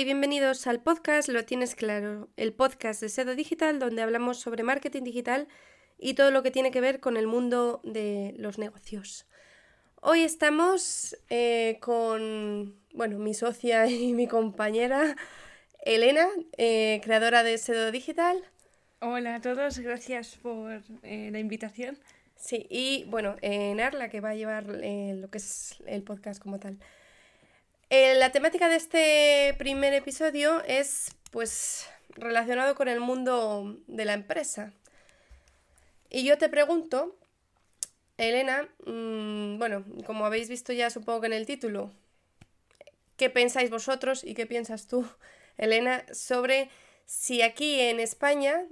y bienvenidos al podcast Lo Tienes Claro, el podcast de Sedo Digital donde hablamos sobre marketing digital y todo lo que tiene que ver con el mundo de los negocios. Hoy estamos con mi socia y mi compañera Elena, creadora de Sedo Digital. Hola a todos, gracias por la invitación. Sí, y Enar, la que va a llevar lo que es el podcast como tal. La temática de este primer episodio es relacionado con el mundo de la empresa. Y yo te pregunto, Elena, como habéis visto ya supongo que en el título, ¿qué pensáis vosotros y qué piensas tú, Elena, sobre si aquí en España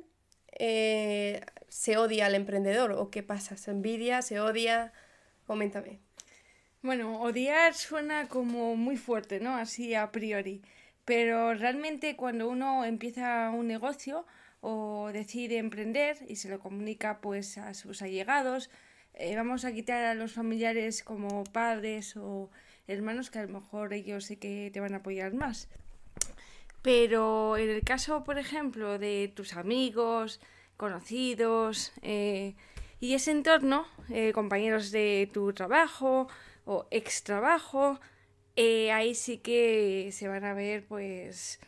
se odia al emprendedor o qué pasa? ¿Se envidia? ¿Se odia? Coméntame. Bueno, odiar suena como muy fuerte, ¿no? Así a priori. Pero realmente cuando uno empieza un negocio o decide emprender y se lo comunica pues a sus allegados, vamos a quitar a los familiares como padres o hermanos que a lo mejor ellos sí que te van a apoyar más. Pero en el caso, por ejemplo, de tus amigos, conocidos y ese entorno, compañeros de tu trabajo o ex trabajo, ahí sí que se van a ver pues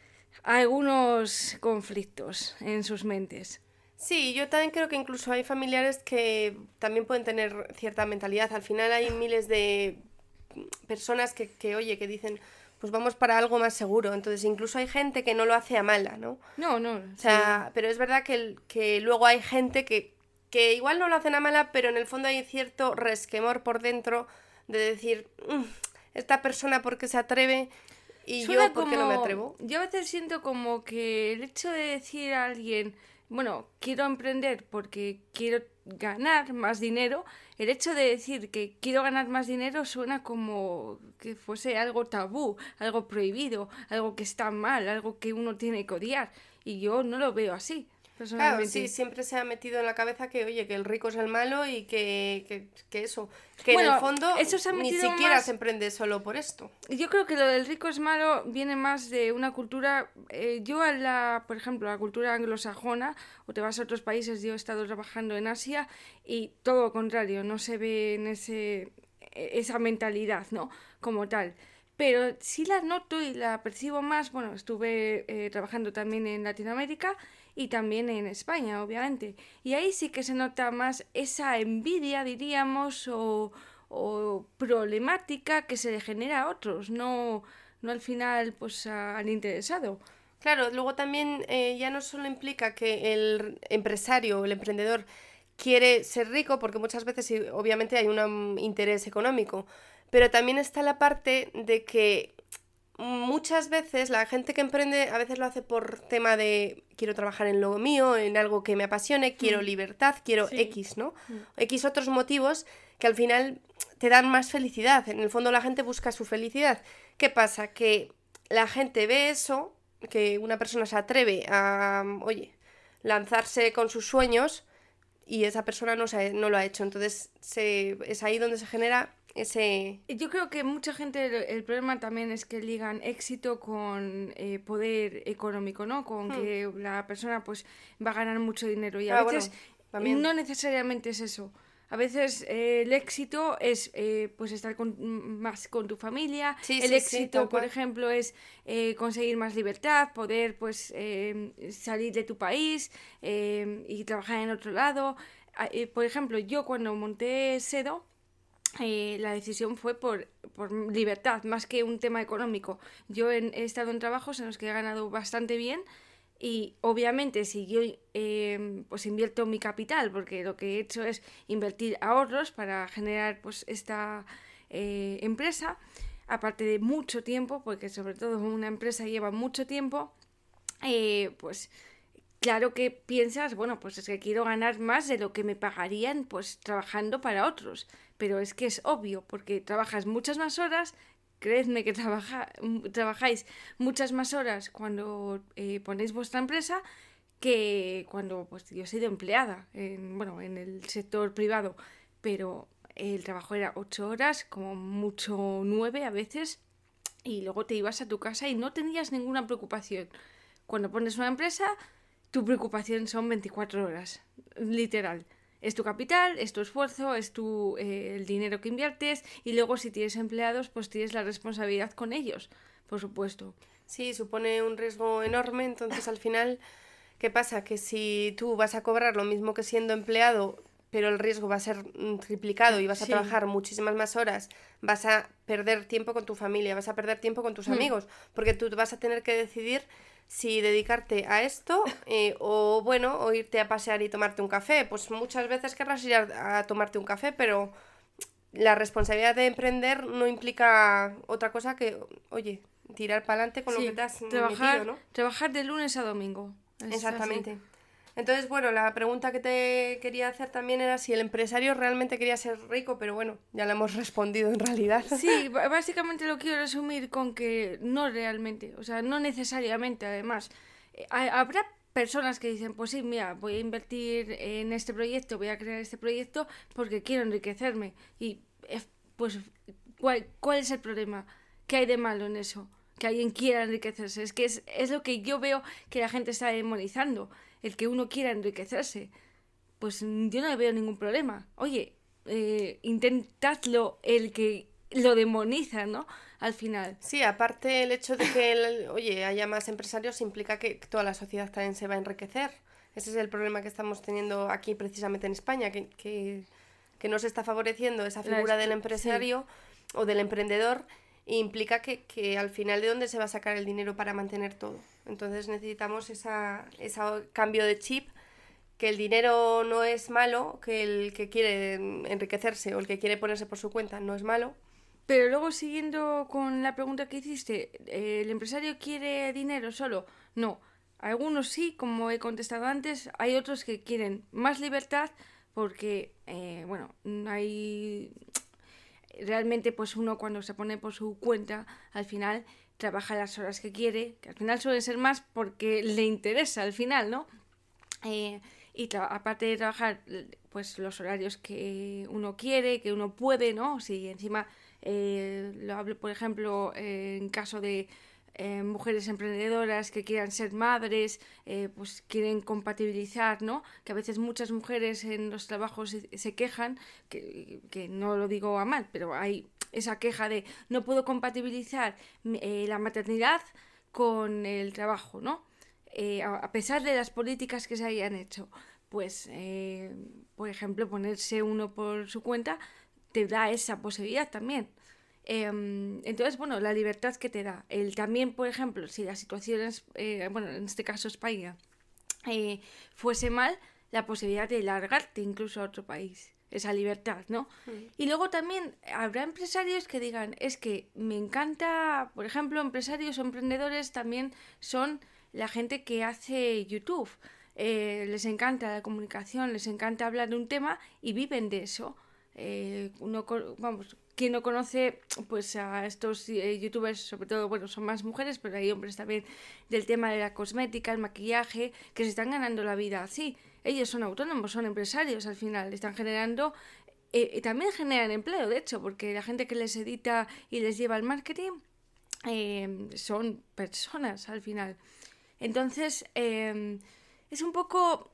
algunos conflictos en sus mentes. Sí, yo también creo que incluso hay familiares que también pueden tener cierta mentalidad. Al final hay miles de personas que dicen, pues vamos para algo más seguro. Entonces incluso hay gente que no lo hace a mala, ¿no? No, no, O sí. sea, pero es verdad que luego hay gente que igual no lo hacen a mala, pero en el fondo hay cierto resquemor por dentro de decir, esta persona por qué se atreve y Suena yo por qué no me como... atrevo. Yo a veces siento como que el hecho de decir a alguien, bueno, quiero emprender porque quiero ganar más dinero, el hecho de decir que quiero ganar más dinero suena como que fuese algo tabú, algo prohibido, algo que está mal, algo que uno tiene que odiar. Y yo no lo veo así, Claro, sí, personalmente. siempre se ha metido en la cabeza que, oye, que el rico es el malo y que eso, que en el Bueno, fondo eso se ha ni metido siquiera se más. emprende solo por esto. Yo creo que lo del rico es malo viene más de una cultura. Yo a por ejemplo, la cultura anglosajona, o te vas a otros países, yo he estado trabajando en Asia y todo lo contrario, no se ve en esa mentalidad, ¿no? Como tal. Pero sí la noto y la percibo más, bueno, estuve trabajando también en Latinoamérica y también en España, obviamente. Y ahí sí que se nota más esa envidia, diríamos, o problemática que se le genera a otros, no al final pues al interesado. Claro, luego también ya no solo implica que el empresario o el emprendedor quiere ser rico, porque muchas veces obviamente hay un interés económico, pero también está la parte de que muchas veces la gente que emprende a veces lo hace por tema de quiero trabajar en lo mío, en algo que me apasione, quiero Mm, libertad, quiero sí. X, ¿no? Mm. X otros motivos que al final te dan más felicidad. En el fondo la gente busca su felicidad. ¿Qué pasa? Que la gente ve eso, que una persona se atreve a, oye, lanzarse con sus sueños y esa persona no lo ha hecho. Entonces es ahí donde se genera ese... Yo creo que mucha gente, el problema también es que ligan éxito con poder económico, ¿no? Con Hmm. que la persona pues va a ganar mucho dinero y a Ah, veces bueno, también. no necesariamente es eso. A veces el éxito es pues estar más con tu familia. Sí, El sí, sí, tal éxito, por cual. ejemplo, es conseguir más libertad, poder pues salir de tu país y trabajar en otro lado. Por ejemplo, yo cuando monté Sedo, la decisión fue por libertad, más que un tema económico. He estado en trabajos en los que he ganado bastante bien y obviamente si yo pues invierto mi capital, porque lo que he hecho es invertir ahorros para generar pues esta empresa, aparte de mucho tiempo, porque sobre todo una empresa lleva mucho tiempo, pues claro que piensas, bueno, pues es que quiero ganar más de lo que me pagarían pues trabajando para otros. Pero es que es obvio, porque trabajas muchas más horas, creedme que trabajáis muchas más horas cuando ponéis vuestra empresa que cuando pues yo he sido empleada, bueno, en el sector privado, pero el trabajo era 8 horas, como mucho 9 a veces, y luego te ibas a tu casa y no tenías ninguna preocupación. Cuando pones una empresa, tu preocupación son 24 horas, literal. Es tu capital, es tu esfuerzo, es el dinero que inviertes, y luego si tienes empleados, pues tienes la responsabilidad con ellos, por supuesto. Sí, supone un riesgo enorme, entonces al final, ¿qué pasa? Que si tú vas a cobrar lo mismo que siendo empleado, pero el riesgo va a ser triplicado y vas a Sí. trabajar muchísimas más horas, vas a perder tiempo con tu familia, vas a perder tiempo con tus Hmm. amigos, porque tú vas a tener que decidir si dedicarte a esto o bueno, o irte a pasear y tomarte un café. Pues muchas veces querrás ir a tomarte un café, pero la responsabilidad de emprender no implica otra cosa que, oye, tirar para adelante con lo que Sí, te has metido, trabajar, ¿no? trabajar de lunes a domingo. Es así. Exactamente. Entonces, bueno, la pregunta que te quería hacer también era si el empresario realmente quería ser rico, pero bueno, ya la hemos respondido en realidad. Sí, básicamente lo quiero resumir con que no realmente, o sea, no necesariamente, además. Habrá personas que dicen, pues sí, mira, voy a invertir en este proyecto, voy a crear este proyecto porque quiero enriquecerme. Y pues, ¿cuál es el problema? ¿Qué hay de malo en eso? Que alguien quiera enriquecerse. Es que es lo que yo veo que la gente está demonizando, el que uno quiera enriquecerse. Pues yo no le veo ningún problema. Oye, intentadlo, el que lo demoniza, ¿no? Al final. Sí, aparte el hecho de que, oye, haya más empresarios implica que toda la sociedad también se va a enriquecer. Ese es el problema que estamos teniendo aquí precisamente en España, que no se está favoreciendo esa figura del Sí. empresario o del emprendedor e implica que al final de dónde se va a sacar el dinero para mantener todo. Entonces necesitamos esa cambio de chip, que el dinero no es malo, que el que quiere enriquecerse o el que quiere ponerse por su cuenta no es malo. Pero luego, siguiendo con la pregunta que hiciste, ¿el empresario quiere dinero solo? No. Algunos sí, como he contestado antes, hay otros que quieren más libertad porque, bueno, hay realmente pues uno cuando se pone por su cuenta, al final trabaja las horas que quiere, que al final suelen ser más porque le interesa al final, ¿no? Y aparte de trabajar pues los horarios que uno quiere, que uno puede, ¿no? Si encima lo hablo, por ejemplo, en caso de mujeres emprendedoras que quieran ser madres, pues quieren compatibilizar, ¿no? Que a veces muchas mujeres en los trabajos se quejan, que no lo digo a mal, pero hay esa queja de no puedo compatibilizar la maternidad con el trabajo, ¿no? A pesar de las políticas que se hayan hecho, pues, por ejemplo, ponerse uno por su cuenta te da esa posibilidad también. Entonces, bueno, la libertad que te da. También, por ejemplo, si la situación es, bueno, en este caso España, eh, fuese mal, la posibilidad de largarte incluso a otro país. Esa libertad, ¿no? Mm. Y luego también habrá empresarios que digan, es que me encanta, por ejemplo, empresarios o emprendedores también son la gente que hace YouTube. Les encanta la comunicación, les encanta hablar de un tema y viven de eso. Vamos, quien no conoce pues a estos youtubers, sobre todo, bueno, son más mujeres, pero hay hombres también del tema de la cosmética, el maquillaje, que se están ganando la vida así. Ellos son autónomos, son empresarios al final, están generando también generan empleo, de hecho, porque la gente que les edita y les lleva el marketing son personas al final. Entonces, es un poco...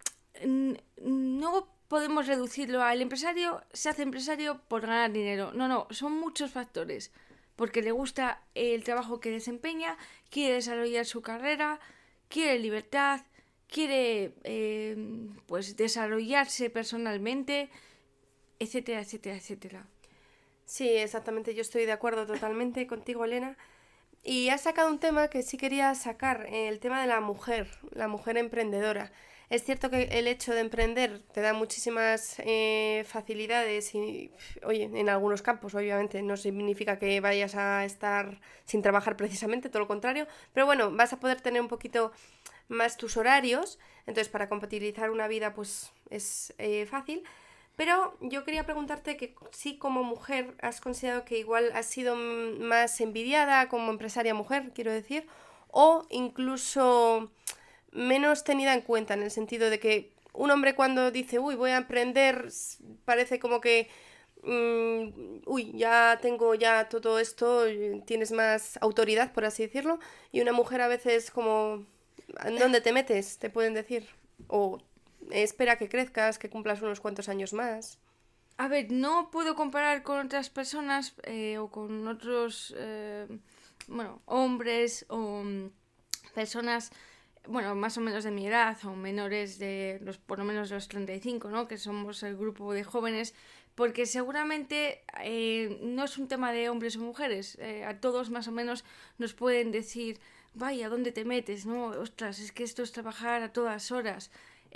No podemos reducirlo al empresario, se hace empresario por ganar dinero. No, no, son muchos factores. Porque le gusta el trabajo que desempeña, quiere desarrollar su carrera, quiere libertad, quiere pues desarrollarse personalmente, etcétera, etcétera, etcétera. Sí, exactamente, yo estoy de acuerdo totalmente contigo, Elena. Y has sacado un tema que sí quería sacar, el tema de la mujer emprendedora. Es cierto que el hecho de emprender te da muchísimas facilidades y, oye, en algunos campos, obviamente, no significa que vayas a estar sin trabajar precisamente, todo lo contrario, pero bueno, vas a poder tener un poquito más tus horarios, entonces para compatibilizar una vida pues es fácil. Pero yo quería preguntarte que si como mujer has considerado que igual has sido más envidiada como empresaria mujer, quiero decir, o incluso menos tenida en cuenta en el sentido de que un hombre cuando dice, uy, voy a emprender, parece como que ya tengo ya todo esto, tienes más autoridad, por así decirlo, y una mujer a veces como, ¿en dónde te metes? Te pueden decir. O espera que crezcas, que cumplas unos cuantos años más. A ver, no puedo comparar con otras personas o con otros, bueno, hombres o personas, bueno, más o menos de mi edad o menores de los, por lo menos los 35, ¿no? Que somos el grupo de jóvenes, porque seguramente no es un tema de hombres o mujeres. A todos más o menos nos pueden decir, vaya, ¿dónde te metes? ¿No? Ostras, es que esto es trabajar a todas horas.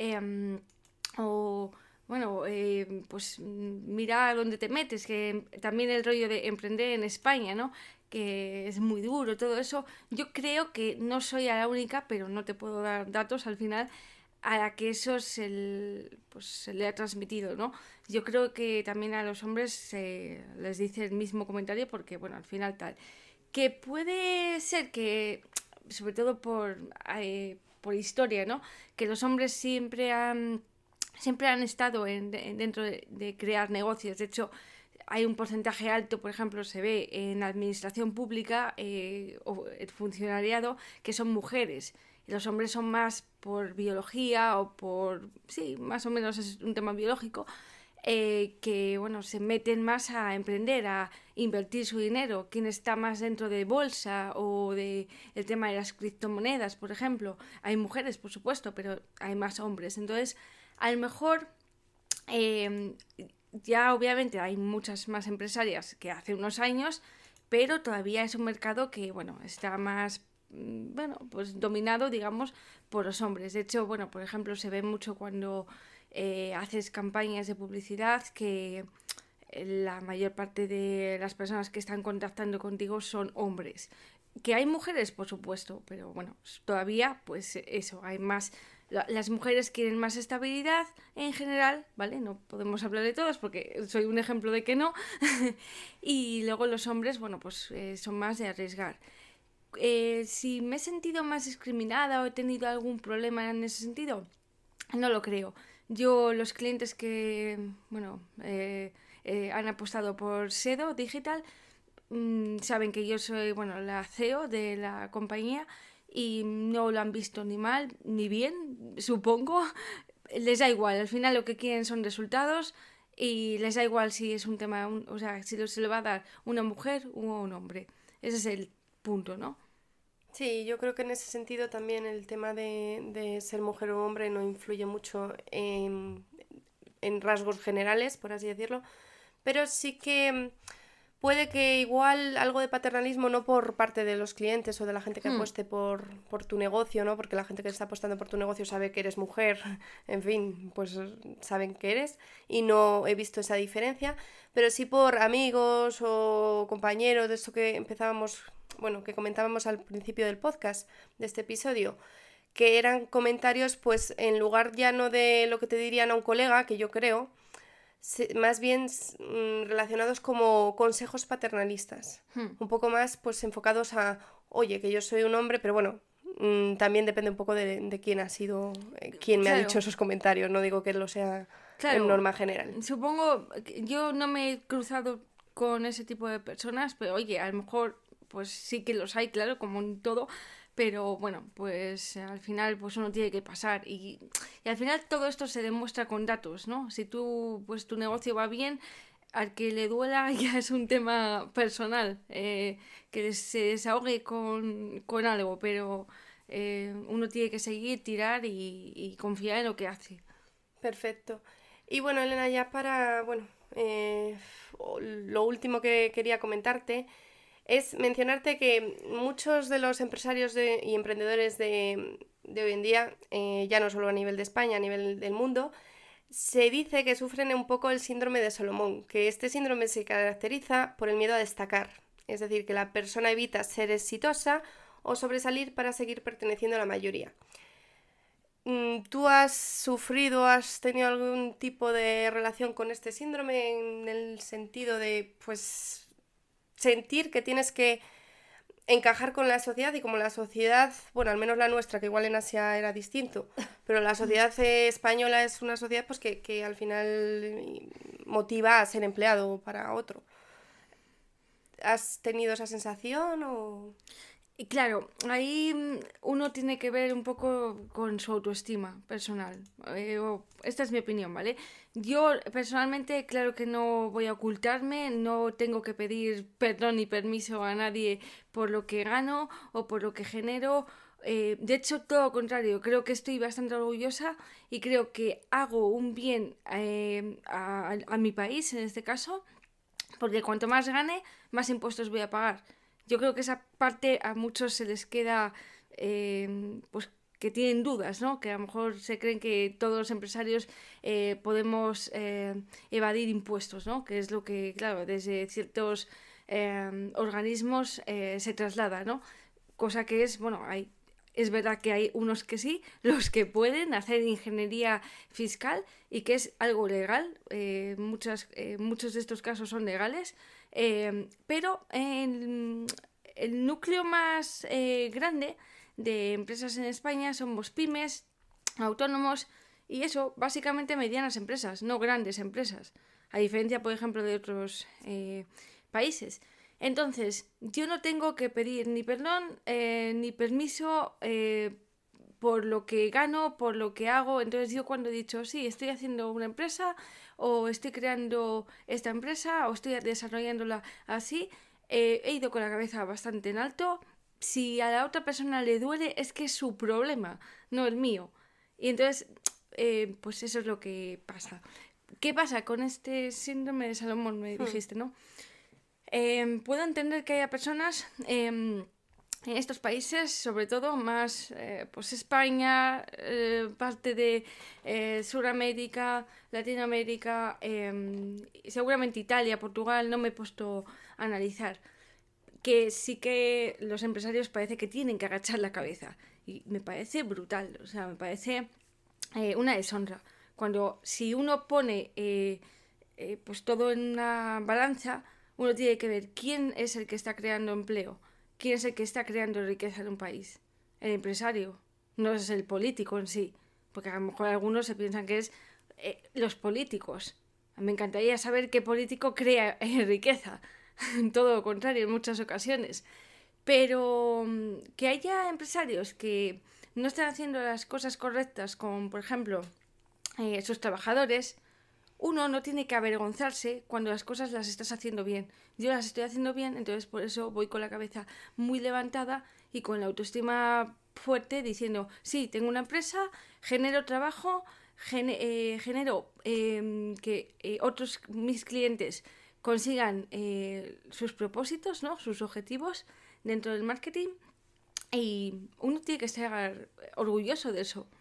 O bueno, pues mira dónde te metes, que también el rollo de emprender en España, ¿no? Que es muy duro, todo eso. Yo creo que no soy la única, pero no te puedo dar datos al final a la que eso pues, se le ha transmitido, ¿no? Yo creo que también a los hombres se les dice el mismo comentario porque, bueno, al final tal. Que puede ser que, sobre todo por historia, ¿no? Que los hombres siempre han estado dentro de crear negocios. De hecho, hay un porcentaje alto, por ejemplo, se ve en la administración pública o el funcionariado, que son mujeres. Y los hombres son más por biología o por... Sí, más o menos es un tema biológico. Que bueno, se meten más a emprender, a invertir su dinero. Quien está más dentro de bolsa o de el tema de las criptomonedas, por ejemplo. Hay mujeres, por supuesto, pero hay más hombres. Entonces, a lo mejor eh, ya obviamente hay muchas más empresarias que hace unos años, pero todavía es un mercado que, bueno, está más, bueno, pues dominado, digamos, por los hombres. De hecho, bueno, por ejemplo, se ve mucho cuando haces campañas de publicidad que la mayor parte de las personas que están contactando contigo son hombres. Que hay mujeres, por supuesto, pero bueno, todavía, pues eso, hay más. Las mujeres quieren más estabilidad en general, ¿vale? No podemos hablar de todos porque soy un ejemplo de que no. Y luego los hombres, bueno, pues son más de arriesgar. Si me he sentido más discriminada o he tenido algún problema en ese sentido, no lo creo. Yo, los clientes que, bueno, han apostado por SEDO Digital, saben que yo soy, bueno, la CEO de la compañía y no lo han visto ni mal ni bien, supongo. Les da igual, al final lo que quieren son resultados y les da igual si es un tema, o sea, si se lo va a dar una mujer o un hombre. Ese es el punto, ¿no? Sí, yo creo que en ese sentido también el tema de ser mujer o hombre no influye mucho en rasgos generales, por así decirlo, pero sí que puede que igual algo de paternalismo no por parte de los clientes o de la gente que Hmm, apueste por tu negocio, ¿no? Porque la gente que está apostando por tu negocio sabe que eres mujer, en fin, pues saben que eres y no he visto esa diferencia, pero sí por amigos o compañeros de esto que empezábamos, bueno, que comentábamos al principio del podcast, de este episodio, que eran comentarios pues en lugar ya no de lo que te dirían a un colega, que yo creo, más bien relacionados como consejos paternalistas, hmm. un poco más pues enfocados a, oye, que yo soy un hombre, pero bueno, también depende un poco de quién ha sido, quién me ha dicho Claro, esos comentarios, no digo que lo sea en claro. norma general. Supongo que yo no me he cruzado con ese tipo de personas, pero oye, a lo mejor pues sí que los hay, claro, como en todo, pero bueno, pues al final pues uno tiene que pasar y al final todo esto se demuestra con datos, ¿no? Si tú pues tu negocio va bien, al que le duela ya es un tema personal, que se desahogue con algo, pero uno tiene que seguir, tirar y confiar en lo que hace. Perfecto. Y bueno, Elena, ya para, bueno, lo último que quería comentarte es mencionarte que muchos de los empresarios y emprendedores de hoy en día, ya no solo a nivel de España, a nivel del mundo, se dice que sufren un poco el síndrome de Solomón, que este síndrome se caracteriza por el miedo a destacar, es decir, que la persona evita ser exitosa o sobresalir para seguir perteneciendo a la mayoría. ¿Tú has sufrido, has tenido algún tipo de relación con este síndrome en el sentido de, pues, sentir que tienes que encajar con la sociedad y como la sociedad, bueno, al menos la nuestra, que igual en Asia era distinto, pero la sociedad española es una sociedad pues que al final motiva a ser empleado para otro. ¿Has tenido esa sensación o...? Y claro, ahí uno tiene que ver un poco con su autoestima personal. Esta es mi opinión, ¿vale? Yo personalmente, claro que no voy a ocultarme, no tengo que pedir perdón ni permiso a nadie por lo que gano o por lo que genero. De hecho, todo lo contrario, creo que estoy bastante orgullosa y creo que hago un bien a mi país, en este caso, porque cuanto más gane, más impuestos voy a pagar. Yo creo que esa parte a muchos se les queda, pues que tienen dudas, ¿no? Que a lo mejor se creen que todos los empresarios podemos evadir impuestos, ¿no? Que es lo que, claro, desde ciertos organismos se traslada, ¿no? Cosa que es, bueno, es verdad que hay unos que sí, los que pueden hacer ingeniería fiscal y que es algo legal, muchos de estos casos son legales, pero el núcleo más grande de empresas en España somos pymes, autónomos y eso, básicamente medianas empresas, no grandes empresas, a diferencia, por ejemplo, de otros países. Entonces, yo no tengo que pedir ni perdón ni permiso por lo que gano, por lo que hago. Entonces yo cuando he dicho, sí, estoy haciendo una empresa o estoy creando esta empresa o estoy desarrollándola así, he ido con la cabeza bastante en alto. Si a la otra persona le duele, es que es su problema, no el mío. Y entonces, pues eso es lo que pasa. ¿Qué pasa con este síndrome de Salomón? Me dijiste, ¿no? Puedo entender que haya personas en estos países, sobre todo más pues España, parte de Sudamérica, Latinoamérica, seguramente Italia, Portugal, no me he puesto a analizar, que sí que los empresarios parece que tienen que agachar la cabeza y me parece brutal, o sea, me parece una deshonra. Cuando si uno pone pues todo en una balanza, uno tiene que ver quién es el que está creando empleo, quién es el que está creando riqueza en un país. El empresario, no es el político en sí, porque a lo mejor algunos se piensan que es los políticos. Me encantaría saber qué político crea riqueza, todo lo contrario en muchas ocasiones. Pero que haya empresarios que no estén haciendo las cosas correctas con, por ejemplo, sus trabajadores, uno no tiene que avergonzarse cuando las cosas las estás haciendo bien. Yo las estoy haciendo bien, entonces por eso voy con la cabeza muy levantada y con la autoestima fuerte diciendo, sí, tengo una empresa, genero trabajo, genero que otros mis clientes consigan sus propósitos, ¿no? Sus objetivos dentro del marketing y uno tiene que estar orgulloso de eso.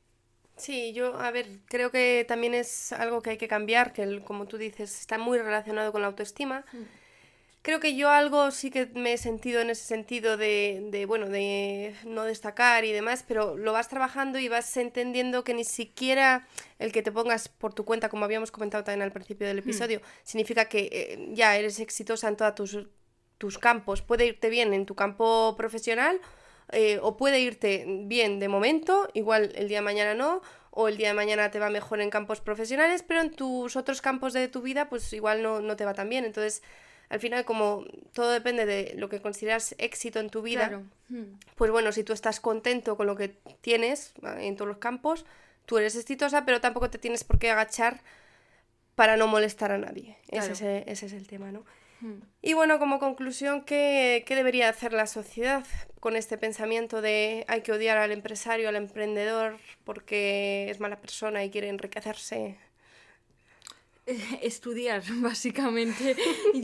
Sí, yo, a ver, creo que también es algo que hay que cambiar, que como tú dices, está muy relacionado con la autoestima. Creo que yo algo sí que me he sentido en ese sentido bueno, de no destacar y demás, pero lo vas trabajando y vas entendiendo que ni siquiera el que te pongas por tu cuenta, como habíamos comentado también al principio del episodio, significa que ya eres exitosa en todos tus campos. Puede irte bien en tu campo profesional o puede irte bien de momento, igual el día de mañana no, o el día de mañana te va mejor en campos profesionales, pero en tus otros campos de tu vida pues igual no te va tan bien. Entonces, al final, como todo depende de lo que consideras éxito en tu vida, Claro. pues bueno, si tú estás contento con lo que tienes en todos los campos, tú eres exitosa, pero tampoco te tienes por qué agachar para no molestar a nadie. Claro. Ese es el tema, ¿no? Y bueno, como conclusión, ¿qué debería hacer la sociedad con este pensamiento de hay que odiar al empresario, al emprendedor, porque es mala persona y quiere enriquecerse? Estudiar, básicamente.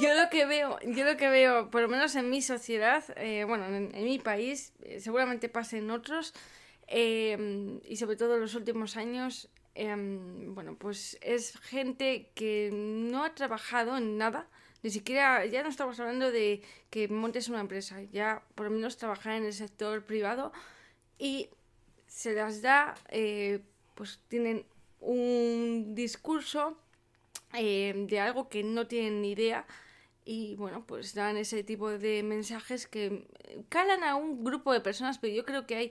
Yo lo que veo, por lo menos en mi sociedad, bueno, en mi país, seguramente pasa en otros, y sobre todo en los últimos años, bueno, pues es gente que no ha trabajado en nada, ni siquiera, ya no estamos hablando de que montes una empresa, ya por lo menos trabajar en el sector privado y se las da, pues tienen un discurso de algo que no tienen ni idea y bueno, pues dan ese tipo de mensajes que calan a un grupo de personas, pero yo creo que hay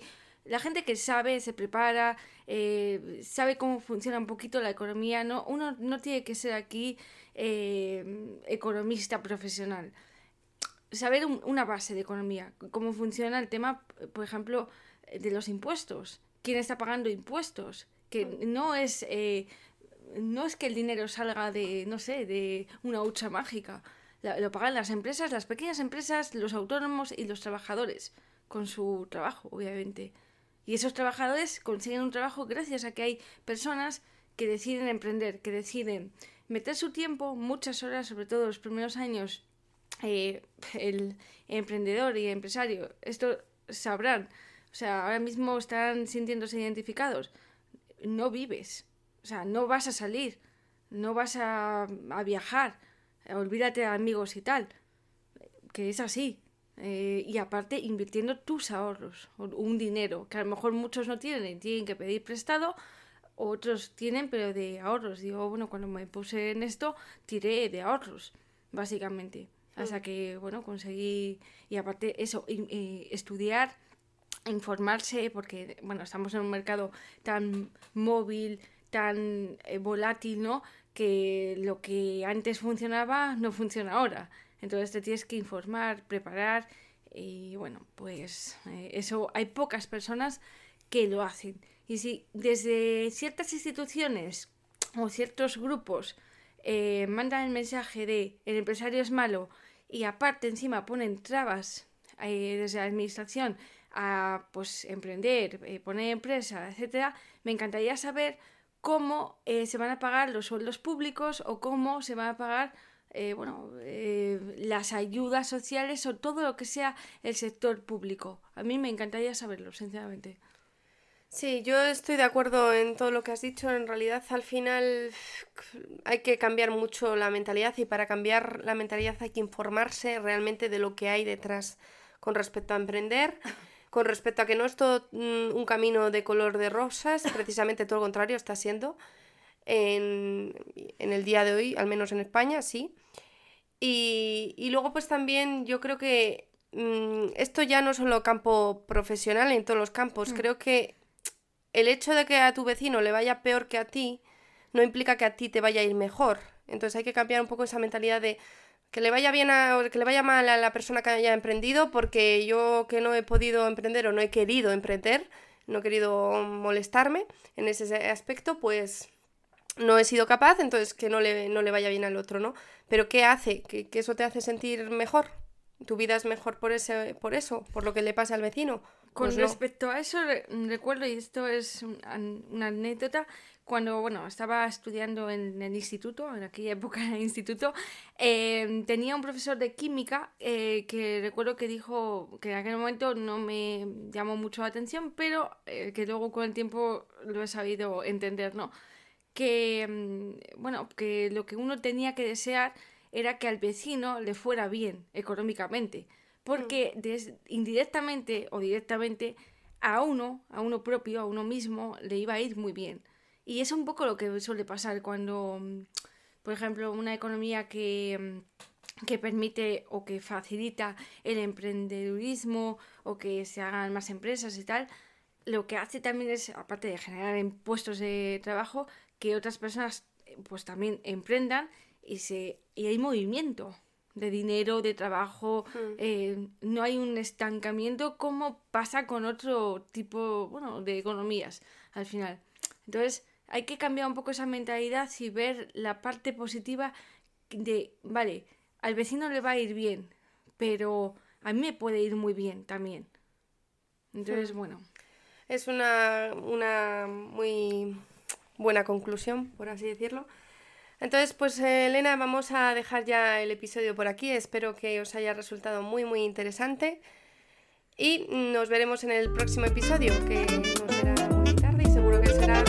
la gente que sabe, se prepara, sabe cómo funciona un poquito la economía, ¿no? Uno no tiene que ser aquí economista profesional. Saber una base de economía, cómo funciona el tema, por ejemplo, de los impuestos. ¿Quién está pagando impuestos? Que no es que el dinero salga de, no sé, de una hucha mágica. Lo pagan las empresas, las pequeñas empresas, los autónomos y los trabajadores, con su trabajo, obviamente. Y esos trabajadores consiguen un trabajo gracias a que hay personas que deciden emprender, que deciden meter su tiempo, muchas horas, sobre todo los primeros años. El emprendedor y empresario, esto sabrán, o sea, ahora mismo están sintiéndose identificados. No vives, o sea, no vas a salir, no vas a viajar, olvídate de amigos y tal, que es así. Y aparte invirtiendo tus ahorros, un dinero que a lo mejor muchos no tienen y tienen que pedir prestado, otros tienen pero de ahorros. Digo, bueno, cuando me puse en esto tiré de ahorros, básicamente. Hasta que, bueno, conseguí, y aparte eso, estudiar, informarse, porque, bueno, estamos en un mercado tan móvil, tan volátil, ¿no? Que lo que antes funcionaba no funciona ahora. Entonces te tienes que informar, preparar, y bueno, pues eso hay pocas personas que lo hacen. Y si desde ciertas instituciones o ciertos grupos mandan el mensaje de el empresario es malo, y aparte encima ponen trabas desde la administración a pues emprender, poner empresa, etcétera, me encantaría saber cómo se van a pagar los sueldos públicos o cómo se van a pagar las ayudas sociales o todo lo que sea el sector público. A mí me encantaría saberlo, sinceramente. Sí, yo estoy de acuerdo en todo lo que has dicho. En realidad, al final hay que cambiar mucho la mentalidad y para cambiar la mentalidad hay que informarse realmente de lo que hay detrás con respecto a emprender, con respecto a que no es todo un camino de color de rosas, precisamente todo lo contrario está siendo en el día de hoy, al menos en España, sí. Y luego pues también yo creo que esto ya no es solo campo profesional, en todos los campos, creo que el hecho de que a tu vecino le vaya peor que a ti no implica que a ti te vaya a ir mejor. Entonces hay que cambiar un poco esa mentalidad de que le vaya bien o que le vaya mal a la persona que haya emprendido porque yo que no he podido emprender o no he querido emprender, no he querido molestarme en ese aspecto, pues no he sido capaz, entonces que no le vaya bien al otro, ¿no? Pero ¿qué hace? ¿Que eso te hace sentir mejor? ¿Tu vida es mejor por eso? ¿Por lo que le pasa al vecino? Con Pues no. respecto a eso, recuerdo, y esto es una anécdota, cuando estaba estudiando en el instituto, en aquella época en el instituto, tenía un profesor de química que recuerdo que dijo que en aquel momento no me llamó mucho la atención, pero que luego con el tiempo lo he sabido entender, ¿no? Que, que lo que uno tenía que desear era que al vecino le fuera bien económicamente, porque indirectamente o directamente a uno propio, a uno mismo, le iba a ir muy bien. Y es un poco lo que suele pasar cuando, por ejemplo, una economía que permite o que facilita el emprendedurismo o que se hagan más empresas y tal, lo que hace también es, aparte de generar puestos de trabajo, que otras personas pues también emprendan y hay movimiento de dinero, de trabajo, no hay un estancamiento como pasa con otro tipo, de economías al final. Entonces hay que cambiar un poco esa mentalidad y ver la parte positiva de, vale, al vecino le va a ir bien, pero a mí me puede ir muy bien también. Entonces, Es una muy buena conclusión, por así decirlo. Entonces, pues Elena, vamos a dejar ya el episodio por aquí. Espero que os haya resultado muy, muy interesante. Y nos veremos en el próximo episodio, que no será muy tarde y seguro que será